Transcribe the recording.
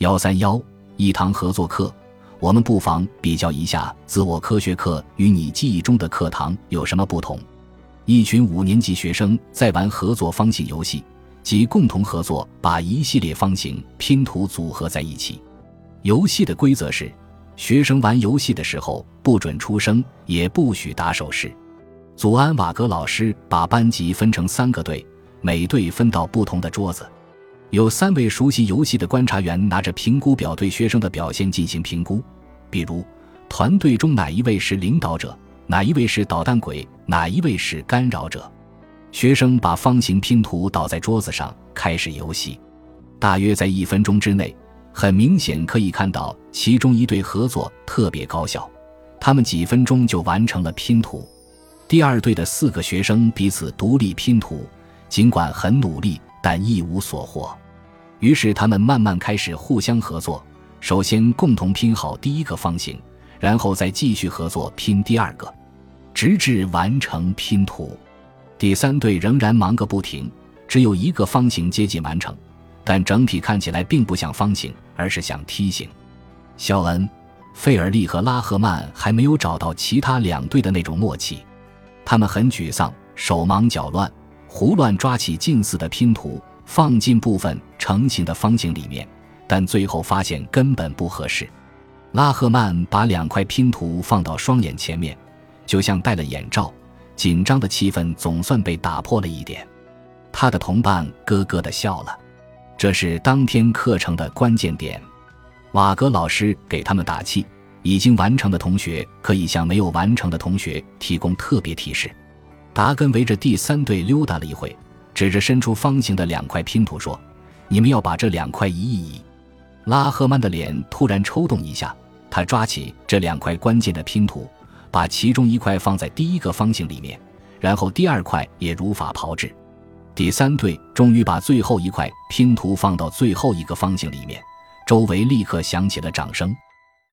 131一堂合作课，我们不妨比较一下自我科学课与你记忆中的课堂有什么不同。一群5年级学生在玩合作方形游戏，即共同合作把一系列方形拼图组合在一起。游戏的规则是，学生玩游戏的时候不准出声，也不许打手势。祖安瓦格老师把班级分成3个队，每队分到不同的桌子。有3位熟悉游戏的观察员拿着评估表对学生的表现进行评估，比如团队中哪一位是领导者，哪一位是捣蛋鬼，哪一位是干扰者。学生把方形拼图倒在桌子上，开始游戏。大约在1分钟之内，很明显可以看到其中一队合作特别高效，他们几分钟就完成了拼图。第2队的4个学生彼此独立拼图，尽管很努力，但一无所获。于是他们慢慢开始互相合作，首先共同拼好第1个方形，然后再继续合作拼第2个，直至完成拼图。第3队仍然忙个不停，只有1个方形接近完成，但整体看起来并不像方形，而是像梯形。肖恩、费尔利和拉赫曼还没有找到其他2队的那种默契，他们很沮丧，手忙脚乱，胡乱抓起近似的拼图，放进部分成型的方形里面，但最后发现根本不合适。拉赫曼把2块拼图放到双眼前面，就像戴了眼罩，紧张的气氛总算被打破了一点。他的同伴咯咯地笑了。这是当天课程的关键点。瓦格老师给他们打气，已经完成的同学可以向没有完成的同学提供特别提示。达根围着第3队溜达了一会，指着伸出方形的2块拼图说：“你们要把这2块移一移。”拉赫曼的脸突然抽动一下，他抓起这2块关键的拼图，把其中1块放在第1个方形里面，然后第2块也如法炮制。第3队终于把最后1块拼图放到最后1个方形里面，周围立刻响起了掌声。